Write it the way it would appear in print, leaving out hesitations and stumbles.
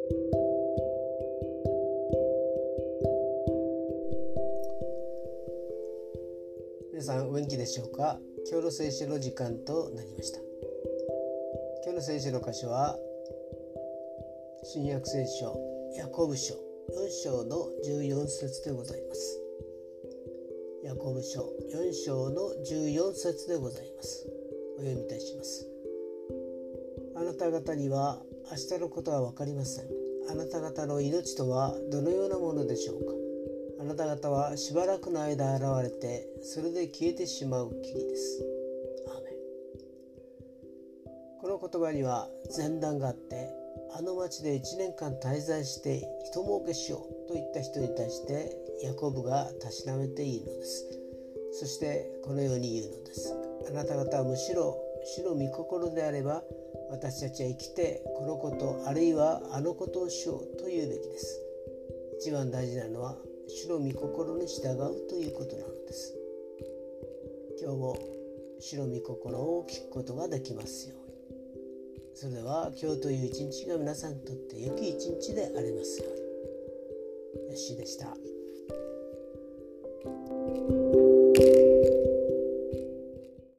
皆さんお元気でしょうか。今日の聖書の時間となりました。今日の聖書の箇所は新約聖書ヤコブ書4章の14節でございます。ヤコブ書4章の14節でございます。お読みいたします。あなた方には明日のことは分かりません。あなた方の命とはどのようなものでしょうか。あなた方はしばらくの間現れて、それで消えてしまう霧です。アーメン。この言葉には前段があって、あの町で1年間滞在して人儲けしようといった人に対してヤコブがたしなめているのです。そしてこのように言うのです。あなた方はむしろ主の御心であれば、私たちは生きてこのことあるいはあのことをしようと言うべきです。一番大事なのは主の御心に従うということなのです。今日も主の御心を聞くことができますように。それでは今日という一日が皆さんにとって良き一日でありますように。よっしーでした。